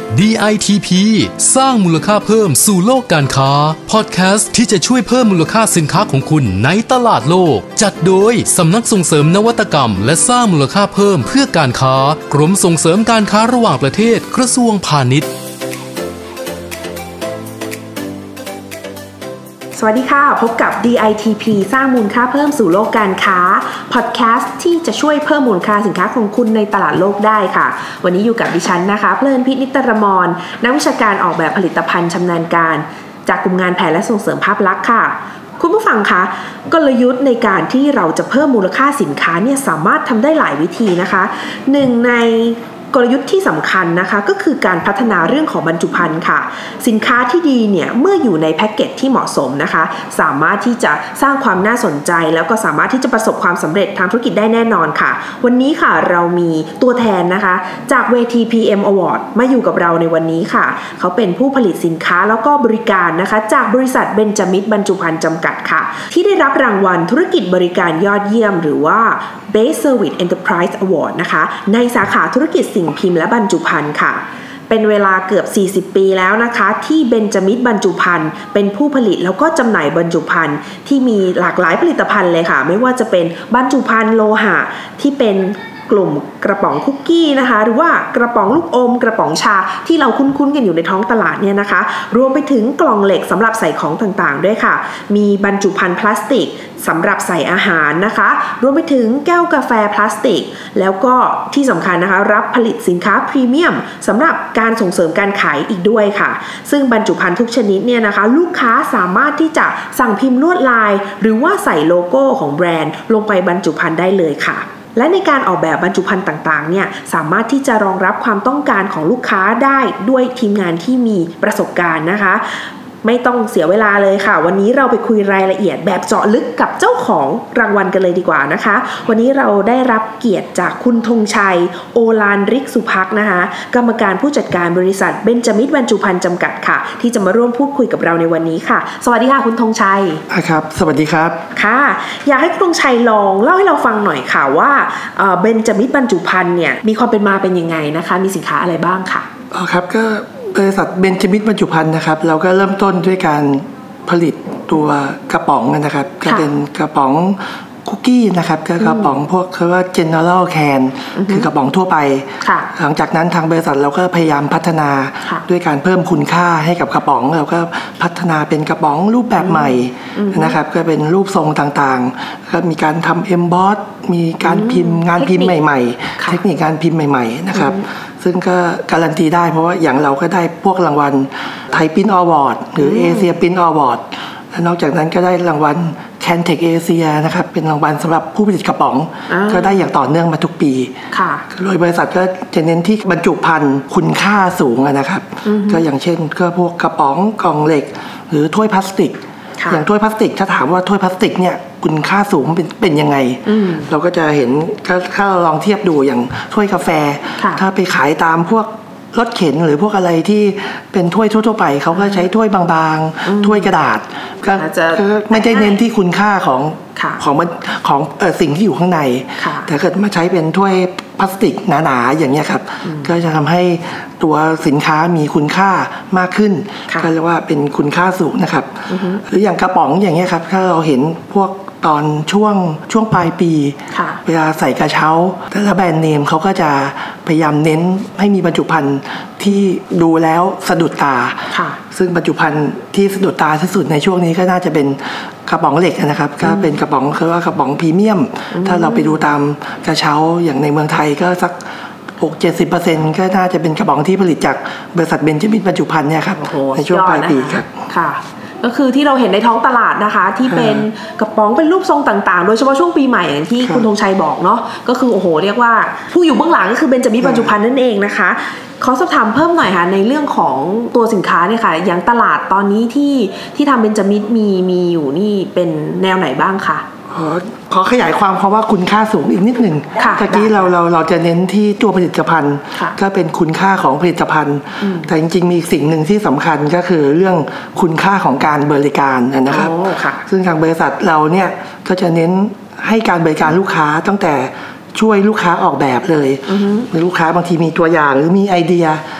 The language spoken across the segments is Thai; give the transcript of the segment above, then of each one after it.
DITP สร้างมูลค่าเพิ่มสู่โลกการค้าพอดแคสต์ที่จะช่วยเพิ่มมูลค่าสินค้าของคุณในตลาดโลกจัดโดยสำนักส่งเสริมนวัตกรรมและสร้างมูลค่าเพิ่มเพื่อการค้ากรมส่งเสริมการค้าระหว่างประเทศกระทรวงพาณิชย์สวัสดีค่ะพบกับ DITP สร้างมูลค่าเพิ่มสู่โลกการค้าพอดแคสต์ที่จะช่วยเพิ่มมูลค่าสินค้าของคุณในตลาดโลกได้ค่ะวันนี้อยู่กับดิฉันนะคะเพลินพินิจ นิตรมรนักวิชาการออกแบบผลิตภัณฑ์ชำนาญการจากกลุ่มงานแผนและส่งเสริมภาพลักษณ์ค่ะคุณผู้ฟังคะกลยุทธ์ในการที่เราจะเพิ่มมูลค่าสินค้าเนี่ยสามารถทำได้หลายวิธีนะคะหนึ่งในกลยุทธ์ที่สำคัญนะคะก็คือการพัฒนาเรื่องของบรรจุภัณฑ์ค่ะสินค้าที่ดีเนี่ยเมื่ออยู่ในแพ็กเกจที่เหมาะสมนะคะสามารถที่จะสร้างความน่าสนใจแล้วก็สามารถที่จะประสบความสำเร็จทางธุรกิจได้แน่นอนค่ะวันนี้ค่ะเรามีตัวแทนนะคะจากเวที PM Award มาอยู่กับเราในวันนี้ค่ะเขาเป็นผู้ผลิตสินค้าแล้วก็บริการนะคะจากบริษัทเบนจามิตบรรจุภัณฑ์จำกัดค่ะที่ได้รับรางวัลธุรกิจบริการยอดเยี่ยมหรือว่า Best Service Enterprise Award นะคะในสาขาธุรกิจสิ่งพิมพ์และบรรจุภัณฑ์ค่ะเป็นเวลาเกือบ40ปีแล้วนะคะที่เบนจามิตบรรจุภัณฑ์เป็นผู้ผลิตแล้วก็จำหน่ายบรรจุภัณฑ์ที่มีหลากหลายผลิตภัณฑ์เลยค่ะไม่ว่าจะเป็นบรรจุภัณฑ์โลหะที่เป็นกลุ่มกระป๋องคุกกี้นะคะหรือว่ากระป๋องลูกอมกระป๋องชาที่เราคุ้นๆกันอยู่ในท้องตลาดเนี่ยนะคะรวมไปถึงกล่องเหล็กสำหรับใส่ของต่างๆด้วยค่ะมีบรรจุภัณฑ์พลาสติกสำหรับใส่อาหารนะคะรวมไปถึงแก้วกาแฟพลาสติกแล้วก็ที่สำคัญนะคะรับผลิตสินค้าพรีเมียมสำหรับการส่งเสริมการขายอีกด้วยค่ะซึ่งบรรจุภัณฑ์ทุกชนิดเนี่ยนะคะลูกค้าสามารถที่จะสั่งพิมพ์ลวดลายหรือว่าใส่โลโก้ของแบรนด์ลงไปบรรจุภัณฑ์ได้เลยค่ะและในการออกแบบบรรจุภัณฑ์ต่างๆเนี่ยสามารถที่จะรองรับความต้องการของลูกค้าได้ด้วยทีมงานที่มีประสบการณ์นะคะไม่ต้องเสียเวลาเลยค่ะวันนี้เราไปคุยรายละเอียดแบบเจาะลึกกับเจ้าของรางวัลกันเลยดีกว่านะคะวันนี้เราได้รับเกียรติจากคุณธงชัยโอฬารฤกษ์สุภักดิ์นะคะกรรมการผู้จัดการบริษัทเบนจามิตบรรจุภัณฑ์จำกัดค่ะที่จะมาร่วมพูดคุยกับเราในวันนี้ค่ะสวัสดีค่ะคุณธงชัยครับสวัสดีครับค่ะอยากให้คุณธงชัยลองเล่าให้เราฟังหน่อยค่ะว่าเบนจามิตบรรจุภัณฑ์เนี่ยมีความเป็นมาเป็นยังไงนะคะมีสินค้าอะไรบ้างค่ะครับก็บริษัทเบนจามิตบรรจุภัณฑ์นะครับเราก็เริ่มต้นด้วยการผลิตตัวกระป๋องนะครับก็เป็นกระป๋องคุกกี้นะครับก็กระป๋องพวกเขาว่า general can คือกระป๋องทั่วไปหลังจากนั้นทางบริษัทเราก็พยายามพัฒนาด้วยการเพิ่มคุณค่าให้กับกระป๋องเราก็พัฒนาเป็นกระป๋องรูปแบบใหม่นะครับก็เป็นรูปทรงต่างๆก็มีการทำ emboss มีการพิมพ์งานพิมพ์ใหม่ๆเทคนิคการพิมพ์ใหม่ๆนะครับซึ่งก็การันตีได้เพราะว่าอย่างเราก็ได้พวกรางวัลไทย Print Award หรือ Asia Print Award และนอกจากนั้นก็ได้รางวัล Cantech Asia นะครับเป็นรางวัลสำหรับผู้ผลิตกระป๋องก็ได้อย่างต่อเนื่องมาทุกปีโดยบริษัทก็จะเน้นที่บรรจุภัณฑ์คุณค่าสูงนะครับก็อย่างเช่นก็พวกกระป๋องกล่องเหล็กหรือถ้วยพลาสติกอย่างถ้วยพลาสติกถ้าถามว่าถ้วยพลาสติกเนี่ยคุณค่าสูงเป็นยังไงเราก็จะเห็นถ้าเราลองเทียบดูอย่างถ้วยกาแฟถ้าไปขายตามพวกรถเข็นหรือพวกอะไรที่เป็นถ้วยทั่วไปเขาก็ใช้ถ้วยบางๆถ้วยกระดาษก็ไม่ได้เน้นที่คุณค่าของสิ่งที่อยู่ข้างในแต่เกิดมาใช้เป็นถ้วยพลาสติกหนาๆอย่างนี้ครับก็จะทำให้ตัวสินค้ามีคุณค่ามากขึ้นก็เรียกว่าเป็นคุณค่าสูงนะครับหรืออย่างกระป๋องอย่างนี้ครับถ้าเราเห็นพวกตอนช่วงปลายปีเวลาใส่กระเช้าแต่ละแบรนด์เนมเขาก็จะพยายามเน้นให้มีบรรจุภัณฑ์ที่ดูแล้วสะดุดตาซึ่งบรรจุภัณฑ์ที่สะดุดตาที่สุดในช่วงนี้ก็น่าจะเป็นกระป๋องเหล็กนะครับก็เป็นกระป๋องคือว่ากระป๋องพรีเมียมถ้าเราไปดูตามกระเช้าอย่างในเมืองไทยก็สัก 60-70% ก็น่าจะเป็นกระป๋องที่ผลิตจากบริษัทเบนจามิตบรรจุภัณฑ์เนี่ยครับในช่วงปลายปีครับค่ะก็คือที่เราเห็นในท้องตลาดนะคะที่เป็นกระป๋องเป็นรูปทรงต่างๆโดยเฉพาะช่วงปีใหม่อย่างที่คุณธงชัยบอกเนาะก็คือโอ้โหเรียกว่าผู้อยู่เบื้องหลังก็คือเบนจามิตบรรจุภัณฑ์นั่นเองนะคะขอสอบถามเพิ่มหน่อยค่ะในเรื่องของตัวสินค้าเนี่ยค่ะอย่างตลาดตอนนี้ที่ทำเบนจามิตมีอยู่นี่เป็นแนวไหนบ้างคะขอขยายความเพราะว่าคุณค่าสูงอีกนิดหนึ่งเมื่อกี้เราจะเน้นที่ตัวผลิตภัณฑ์ก็เป็นคุณค่าของผลิตภัณฑ์แต่จริงๆมีสิ่งหนึ่งที่สำคัญก็คือเรื่องคุณค่าของการบริการนะครับซึ่งทางบริษัทเราเนี่ยก็จะเน้นให้การบริการลูกค้าตั้งแต่ช่วยลูกค้าออกแบบเลยลูกค้าบางทีมีตัวอย่างหรือมีไอเดีย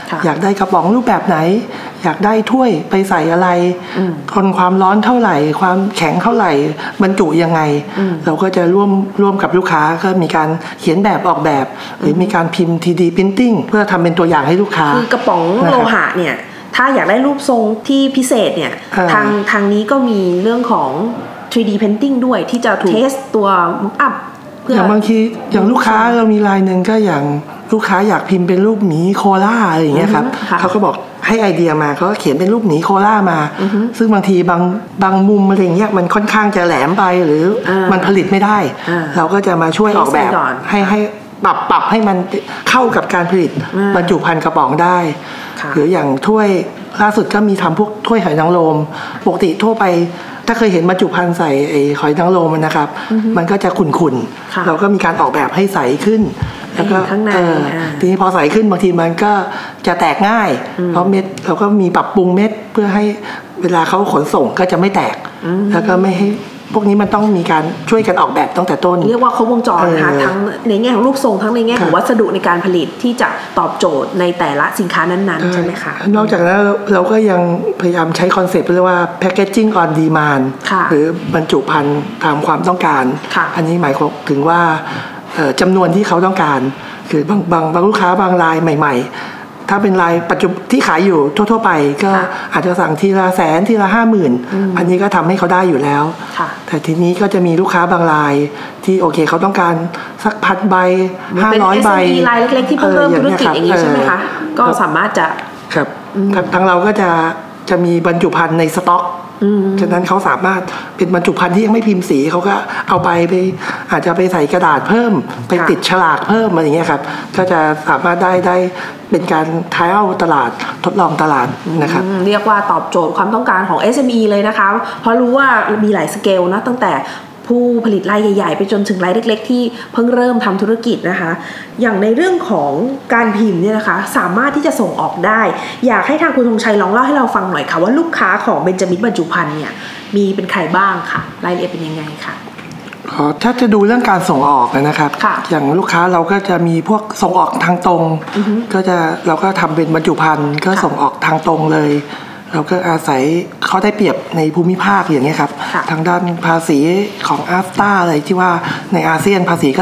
อยากได้กระป๋องรูปแบบไหนอยากได้ถ้วยไปใส่อะไรทนความร้อนเท่าไหร่ความแข็งเท่าไหร่บรรจุยังไงเราก็จะร่วมกับลูกค้าก็มีการเขียนแบบออกแบบหรือมีการพิมพ์ 3D Printing เพื่อทำเป็นตัวอย่างให้ลูกค้าคือกระป๋องโลหะเนี่ยถ้าอยากได้รูปทรงที่พิเศษเนี่ยทางนี้ก็มีเรื่องของ 3D Printing ด้วยที่จะเทสตัวม็อกอัพอย่างบางทีอย่างลูกค้าเรามีรายหนึ่งก็อย่างลูกค้าอยากพิมพ์เป็นรูปหมีโคล่าอะไรอย่างเงี้ยครับเขาก็บอกให้ไอเดียมาเขาก็เขียนเป็นรูปหมีโคล่ามาซึ่งบางทีบางมุมอะไรเงี้ยมันค่อนข้างจะแหลมไปหรือมันผลิตไม่ได้เราก็จะมาช่วยออกแบบให้ปรับให้มันเข้ากับการผลิตบรรจุภัณฑ์กระป๋องได้หรืออย่างถ้วยล่าสุดก็มีทำพวกถ้วยหอยนางรมปกติทั่วไปถ้าเคยเห็นบรรจุภัณฑ์ใส่ไอ้หอยนางรมนะครับมันก็จะขุ่นๆเราก็มีการออกแบบให้ใสขึ้นแล้วก็ทีนี้พอใสขึ้นบางทีมันก็จะแตกง่ายเพราะเม็ดเราก็มีปรับปรุงเม็ดเพื่อให้เวลาเขาขนส่งก็จะไม่แตกแล้วก็ไม่ให้พวกนี้มันต้องมีการช่วยกันออกแบบตั้งแต่ต้นเรียกว่าครบวงจรนะคะทั้งในแง่ของรูปทรงทั้งในแง่ของวัสดุในการผลิตที่จะตอบโจทย์ในแต่ละสินค้านั้นๆใช่ไหมคะนอกจากนั้นเราก็ยังพยายามใช้คอนเซ็ปต์เรียกว่า packaging on demand หรือบรรจุภัณฑ์ตามความต้องการอันนี้หมายถึงว่าจำนวนที่เขาต้องการคือบางลูกค้าบางรายใหม่ๆถ้าเป็นรายปัจจุบันที่ขายอยู่ทั่วๆไปก็อาจจะสั่งทีละ100,000ทีละ50,000อันนี้ก็ทำให้เขาได้อยู่แล้วแต่ทีนี้ก็จะมีลูกค้าบางรายที่โอเคเขาต้องการสัก1,000 ใบ500 ใบรายเล็กๆที่เพิ่มธุรกิจอย่างนี้ใช่ไหมคะก็สามารถจะครับทางเราก็จะมีบรรจุภัณฑ์ในสต็อกฉะนั้นเขาสามารถเป็นบรรจุภัณฑ์ที่ยังไม่พิมพ์สีเขาก็เอาไปอาจจะไปใส่กระดาษเพิ่มไปติดฉลากเพิ่มอะไรอย่างเงี้ยครับก็จะสามารถได้เป็นการทายเอาตลาดทดลองตลาดนะครับเรียกว่าตอบโจทย์ความต้องการของ SME เลยนะคะเพราะรู้ว่ามีหลายสเกลนะตั้งแต่ผู้ผลิตรายใหญ่ๆไปจนถึงรายเล็กๆที่เพิ่งเริ่มทำธุรกิจนะคะอย่างในเรื่องของการพิมพ์เนี่ยนะคะสามารถที่จะส่งออกได้อยากให้ทางคุณธงชัยลองเล่าให้เราฟังหน่อยค่ะว่าลูกค้าของเบนจามิตบรรจุภัณฑ์เนี่ยมีเป็นใครบ้างค่ะรายละเอียดเป็นยังไงค่ะถ้าจะดูเรื่องการส่งออกนะครับอย่างลูกค้าเราก็จะมีพวกส่งออกทางตรงเราก็ทำเป็นบรรจุภัณฑ์ก็ส่งออกทางตรงเลยเราก็อาศัยเขาได้เปรียบในภูมิภาคอย่างนี้ครับทางด้านภาษีของอาฟต้าอะไรที่ว่าในอาเซียนภาษีก็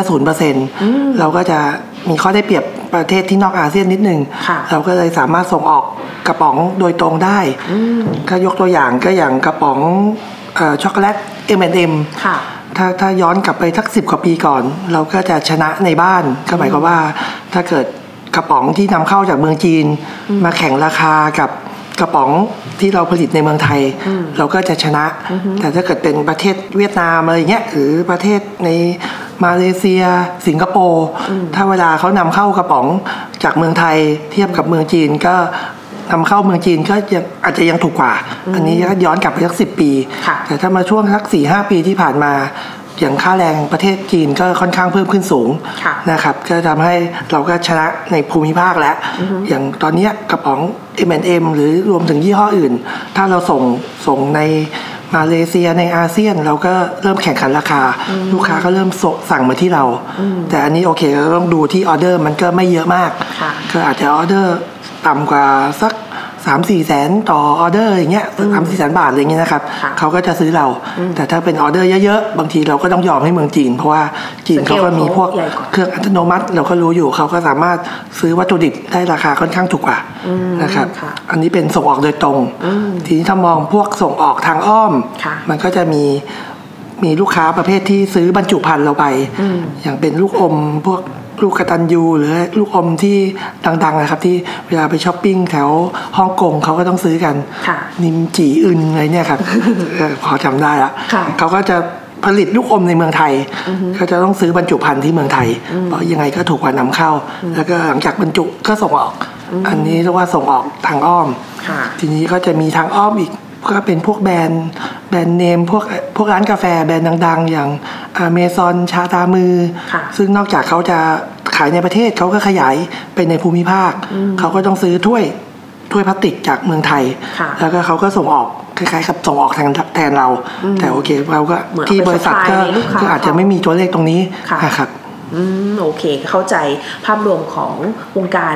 0% เราก็จะมีข้อได้เปรียบประเทศที่นอกอาเซียนนิดนึงเราก็เลยสามารถส่งออกกระป๋องโดยตรงได้ก็ยกตัวอย่างก็อย่างกระป๋องช็อกโกแลต M&M ถ้าย้อนกลับไปสัก10 กว่าปีก่อนเราก็จะชนะในบ้านก็หมายความว่าถ้าเกิดกระป๋องที่นำเข้าจากเมืองจีนมาแข่งราคากับกระป๋องที่เราผลิตในเมืองไทยเราก็จะชนะแต่ถ้าเกิดเป็นประเทศเวียดนามอะไรเงี้ยหรือประเทศในมาเลเซียสิงคโปร์ถ้าเวลาเขานำเข้ากระป๋องจากเมืองไทยเทียบกับเมืองจีนก็นำเข้าเมืองจีนก็อาจจะยังถูกกว่าอันนี้ย้อนกลับไปสัก10 ปีแต่ถ้ามาช่วงสัก 4-5 ปีที่ผ่านมาอย่างค่าแรงประเทศจีนก็ค่อนข้างเพิ่มขึ้นสูงนะครับก็ทำให้เราก็ชนะในภูมิภาคแล้วอย่างตอนนี้กระป๋อง M&M หรือรวมถึงยี่ห้ออื่นถ้าเราส่งในมาเลเซียในอาเซียนเราก็เริ่มแข่งขันราคาลูกค้าก็เริ่มสั่งมาที่เราแต่อันนี้โอเคเราต้องดูที่ออเดอร์มันก็ไม่เยอะมากก็อาจจะออเดอร์ต่ำกว่าสัก3-4 แสนต่อออเดอร์อย่างเงี้ย3-4 แสนบาทอะไรเงี้ยนะครับเขาก็จะซื้อเราแต่ถ้าเป็นออเดอร์เยอะๆบางทีเราก็ต้องยอมให้เมืองจีนเพราะว่าจีนเขาก็มีพวกเครื่องอัตโนมัติเราก็รู้อยู่เขาก็สามารถซื้อวัตถุดิบได้ราคาค่อนข้างถูกกว่านะครับอันนี้เป็นส่งออกโดยตรงทีนี้ถ้ามองพวกส่งออกทางอ้อมมันก็จะมีลูกค้าประเภทที่ซื้อบรรจุภัณฑ์เราไปอย่างเป็นลูกอมพวกลูกกตัญญูหรือลูกอมที่ดังๆนะครับที่เวลาไปช้อปปิ้งแถวฮ่องกงเขาก็ต้องซื้อกันนิมจีอึนอะไรเนี่ยครับพอจำได้ละเขาก็จะผลิตลูกอมในเมืองไทยก็จะต้องซื้อบรรจุภัณฑ์ที่เมืองไทยเพราะยังไงก็ถูกกว่านำเข้าแล้วก็หลังจากบรรจุก็ส่งออกอันนี้เรียกว่าส่งออกทางอ้อมทีนี้ก็จะมีทางอ้อมอีกก็เป็นพวกแบรนด์เนมพวกร้านกาแฟแบรนด์ดังๆอย่างเมซอนชาตามือซึ่งนอกจากเขาจะขายในประเทศเขาก็ขยายไปในภูมิภาคเขาก็ต้องซื้อถ้วยพลาสติกจากเมืองไทยแล้วก็เขาก็ส่งออกคล้ายๆกับส่งออกแทนเราแต่โอเคเราก็ที่บริษัทก็อาจจะไม่มีตัวเลขตรงนี้นะครับโอเคเข้าใจภาพรวมของวงการ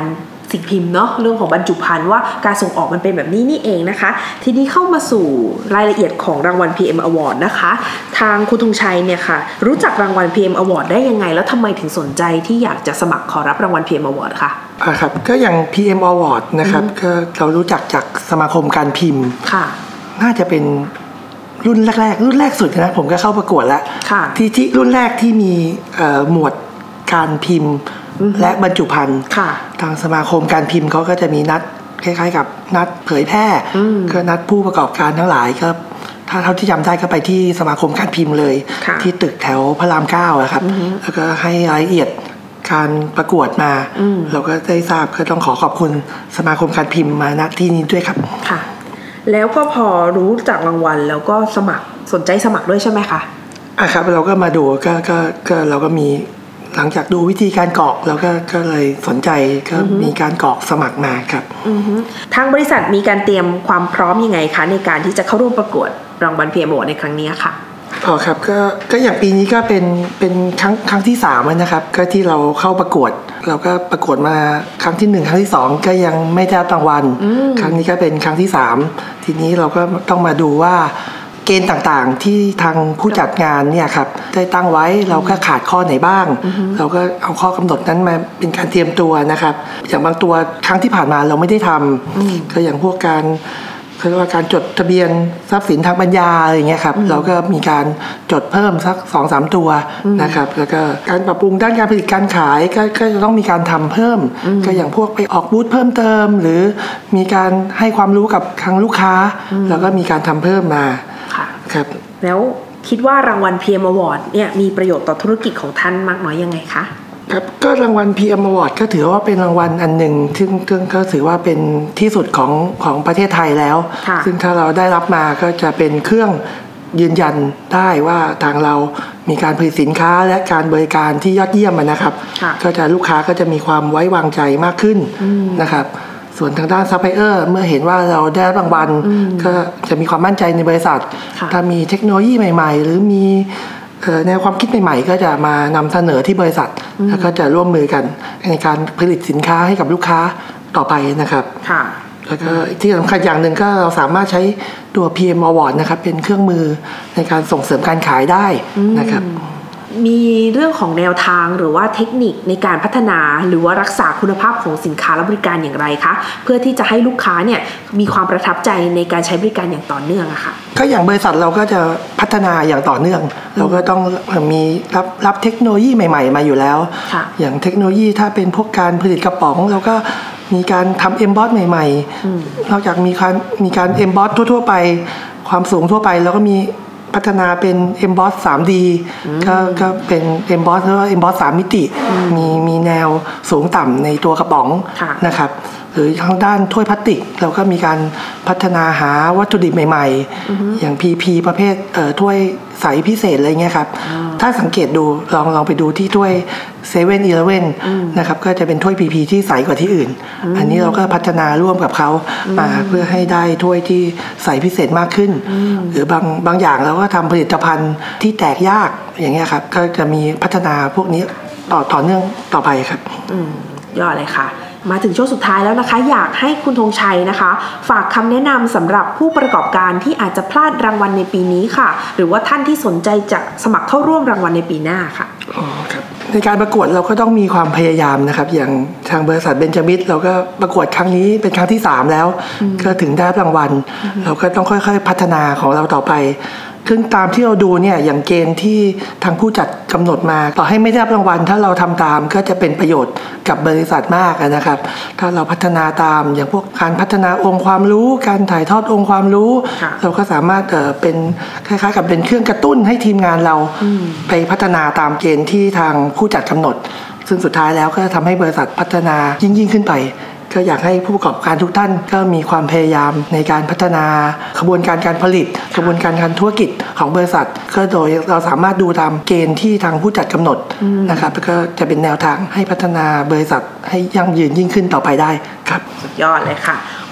สิ่งพิมพ์เนาะเรื่องของบรรจุภัณฑ์ว่าการส่งออกมันเป็นแบบนี้นี่เองนะคะทีนี้เข้ามาสู่รายละเอียดของรางวัล PM Award นะคะทางคุณธงชัยเนี่ยค่ะรู้จักรางวัล PM Award ได้ยังไงแล้วทำไมถึงสนใจที่อยากจะสมัครขอรับรางวัล PM Award ค่ะครับก็อย่าง PM Award นะครับก็เรารู้จักจากสมาคมการพิมพ์ค่ะน่าจะเป็นรุ่นแรกสุดนะผมก็เข้าประกวดแล้วที่รุ่นแรกที่มีหมวดการพิมพ์และบรรจุภัณฑ์ทางสมาคมการพิมพ์เขาก็จะมีนัดคล้ายๆกับนัดเผยแพร่ก็นัดผู้ประกอบการทั้งหลายก็ถ้าเท่าที่จำได้ก็ไปที่สมาคมการพิมพ์เลยที่ตึกแถวพระราม9ครับแล้วก็ให้รายละเอียดการประกวดมาเราก็ได้ทราบก็ต้องขอบคุณสมาคมการพิมพ์มาณที่นี้ด้วยครับค่ะแล้วก็พอรู้จากรางวัลแล้วก็สนใจสมัครด้วยใช่ไหมคะครับเราก็มาดูก็เราก็มีหลังจากดูวิธีการกรอกเราก็เลยสนใจก็มีการกรอกสมัครมาครับทางบริษัทมีการเตรียมความพร้อมยังไงคะในการที่จะเข้าร่วมประกวดรางวัล PM Award ในครั้งนี้ค่ะครับก็อย่างปีนี้ก็เป็นครั้งที่3นะครับก็ที่เราเข้าประกวดเราก็ประกวดมาครั้งที่1ครั้งที่2ก็ยังไม่ได้รางวัลครั้งนี้ก็เป็นครั้งที่3ทีนี้เราก็ต้องมาดูว่าเกณฑ์ต่างๆที่ทางผู้จัดงานเนี่ยครับได้ตั้งไว้เราก็ขาดข้อไหนบ้างเราก็เอาข้อกำหนดนั้นมาเป็นการเตรียมตัวนะครับอย่างบางตัวครั้งที่ผ่านมาเราไม่ได้ทำก็อย่างพวกการเรียกว่าการจดทะเบียนทรัพย์สินทางปัญญาอะไรอย่างเงี้ยครับเราก็มีการจดเพิ่มสัก 2-3 ตัวนะครับแล้วก็การปรับปรุงด้านการผลิตการขายก็จะต้องมีการทำเพิ่มก็อย่างพวกไปออกบูธเพิ่มเติมหรือมีการให้ความรู้กับทางลูกค้าแล้วก็มีการทำเพิ่มมาครับแล้วคิดว่ารางวัล PM Award เนี่ยมีประโยชน์ต่อธุรกิจของท่านมากน้อยยังไงคะครับก็รางวัล PM Award ก็ถือว่าเป็นรางวัลอันหนึ่งซึ่งก็ถือว่าเป็นที่สุดของประเทศไทยแล้วซึ่งถ้าเราได้รับมาก็จะเป็นเครื่องยืนยันได้ว่าทางเรามีการผลิตสินค้าและการบริการที่ยอดเยี่ยมนะครับก็จะลูกค้าก็จะมีความไว้วางใจมากขึ้นนะครับส่วนทางด้านซัพพลายเออร์เมื่อเห็นว่าเราได้รางวัลก็จะมีความมั่นใจในบริษัทถ้ามีเทคโนโลยีใหม่ๆหรือมีแนวความคิดใหม่ๆก็จะมานำเสนอที่บริษัทแล้วก็จะร่วมมือกันในการผลิตสินค้าให้กับลูกค้าต่อไปนะครับแล้วก็ที่สำคัญอย่างหนึ่งก็เราสามารถใช้ตัว PM Award นะครับเป็นเครื่องมือในการส่งเสริมการขายได้นะครับมีเรื่องของแนวทางหรือว่าเทคนิคในการพัฒนาหรือว่ารักษาคุณภาพของสินค้าและบริการอย่างไรคะเพื่อที่จะให้ลูกค้าเนี่ยมีความประทับใจในการใช้บริการอย่างต่อเนื่องอะค่ะก็อย่างบริษัทเราก็จะพัฒนาอย่างต่อเนื่องเราก็ต้องมีรับเทคโนโลยีใหม่ๆมาอยู่แล้วอย่างเทคโนโลยีถ้าเป็นพวกการผลิตกระป๋องเราก็มีการทำ Emboss ใหม่ๆนอกจากมีการ Emboss ทั่วๆไปความสูงทั่วไปแล้วก็มีพัฒนาเป็น Emboss 3D ก็เป็น Emboss หรือว่า Emboss 3 มิติมีแนวสูงต่ำในตัวกระป๋องนะครับหรือทางด้านถ้วยพลาสติกเราก็มีการพัฒนาหาวัตถุดิบใหม่ๆอย่าง PP ประเภทถ้วยใสพิเศษอะไรเงี้ยครับถ้าสังเกตดูลองไปดูที่ถ้วย7-Eleven นะครับก็จะเป็นถ้วย PP ที่ใสกว่าที่อื่นอันนี้เราก็พัฒนาร่วมกับเขามาเพื่อให้ได้ถ้วยที่ใสพิเศษมากขึ้นหรือบางอย่างเราก็ทำผลิตภัณฑ์ที่แตกยากอย่างเงี้ยครับก็จะมีพัฒนาพวกนี้ต่อเนื่องต่อไปครับยอดเลยค่ะมาถึงช่วงสุดท้ายแล้วนะคะอยากให้คุณธงชัยนะคะฝากคำแนะนำสำหรับผู้ประกอบการที่อาจจะพลาดรางวัลในปีนี้ค่ะหรือว่าท่านที่สนใจจะสมัครเข้าร่วมรางวัลในปีหน้าค่ะครับในการประกวดเราก็ต้องมีความพยายามนะครับอย่างทางบริษัทเบนจามิตเราก็ประกวดครั้งนี้เป็นครั้งที่3แล้วก็ถึงได้รางวัลเราก็ต้องค่อยๆพัฒนาของเราต่อไปซึ่งตามที่เราดูเนี่ยอย่างเกณฑ์ที่ทางผู้จัดกำหนดมาต่อให้ไม่ได้รับรางวัลถ้าเราทำตามก็จะเป็นประโยชน์กับบริษัทมากนะครับถ้าเราพัฒนาตามอย่างพวกการพัฒนาองค์ความรู้การถ่ายทอดองค์ความรู้เราก็สามารถเป็นคล้ายๆกับเป็นเครื่องกระตุ้นให้ทีมงานเราไปพัฒนาตามเกณฑ์ที่ทางผู้จัดกำหนดซึ่งสุดท้ายแล้วก็ทำให้บริษัทพัฒนายิ่งขึ้นไปก็อยากให้ผู้ประกอบการทุกท่านก็มีความพยายามในการพัฒนากระบวนการการผลิตกระบวนการธุรกิจของบริษัทก็โดยเราสามารถดูตามเกณฑ์ที่ทางผู้จัดกำหนดนะครับแล้วก็จะเป็นแนวทางให้พัฒนาบริษัทให้ยั่งยืนยิ่งขึ้นต่อไปได้ครับสุดยอดเลยค่ะ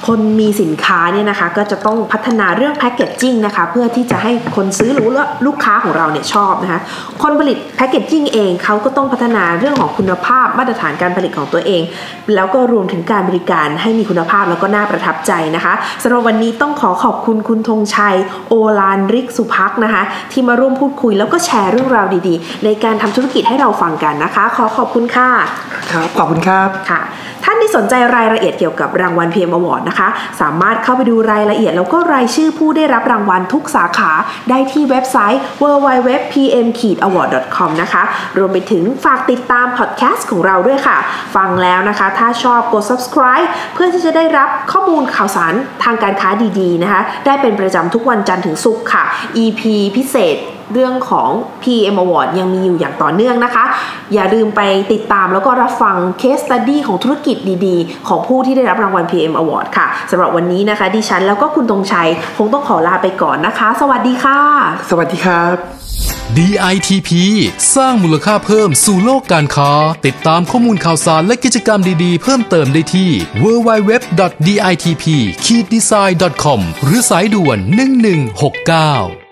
คนมีสินค้าเนี่ยนะคะก็จะต้องพัฒนาเรื่องแพคเกจจิ้งนะคะเพื่อที่จะให้คนซื้อหรือว่าลูกค้าของเราเนี่ยชอบนะคะคนผลิตแพคเกจจิ้งเองเขาก็ต้องพัฒนาเรื่องของคุณภาพมาตรฐานการผลิตของตัวเองแล้วก็รวมถึงการบริการให้มีคุณภาพแล้วก็น่าประทับใจนะคะสำหรับวันนี้ต้องขอบคุณคุณธงชัยโอฬารฤกษ์สุภักดิ์นะคะที่มาร่วมพูดคุยแล้วก็แชร์เรื่องราวดีๆในการทำธุรกิจให้เราฟังกันนะคะขอบคุณค่ะครับขอบคุณครับค่ะท่านที่สนใจรายละเอียดเกี่ยวกับรางวัล PM Award นะคะสามารถเข้าไปดูรายละเอียดแล้วก็รายชื่อผู้ได้รับรางวัลทุกสาขาได้ที่เว็บไซต์ www.pm-award.com นะคะรวมไปถึงฝากติดตามพอดแคสต์ของเราด้วยค่ะฟังแล้วนะคะถ้าชอบกด subscribe เพื่อที่จะได้รับข้อมูลข่าวสารทางการค้าดีๆนะคะได้เป็นประจำทุกวันจันทร์ถึงศุกร์ค่ะ EP พิเศษเรื่องของ PM Award ยังมีอยู่อย่างต่อเนื่องนะคะอย่าลืมไปติดตามแล้วก็รับฟัง Case Study ของธุรกิจดีๆของผู้ที่ได้รับรางวัล PM Award ค่ะสำหรับวันนี้นะคะดิฉันแล้วก็คุณธงชัยคงต้องขอลาไปก่อนนะคะสวัสดีค่ะสวัสดีครับ DITP สร้างมูลค่าเพิ่มสู่โลกการค้าติดตามข้อมูลข่าวสารและกิจกรรมดีๆเพิ่มเติมได้ที่ www.ditp-design.com หรือสายด่วน1169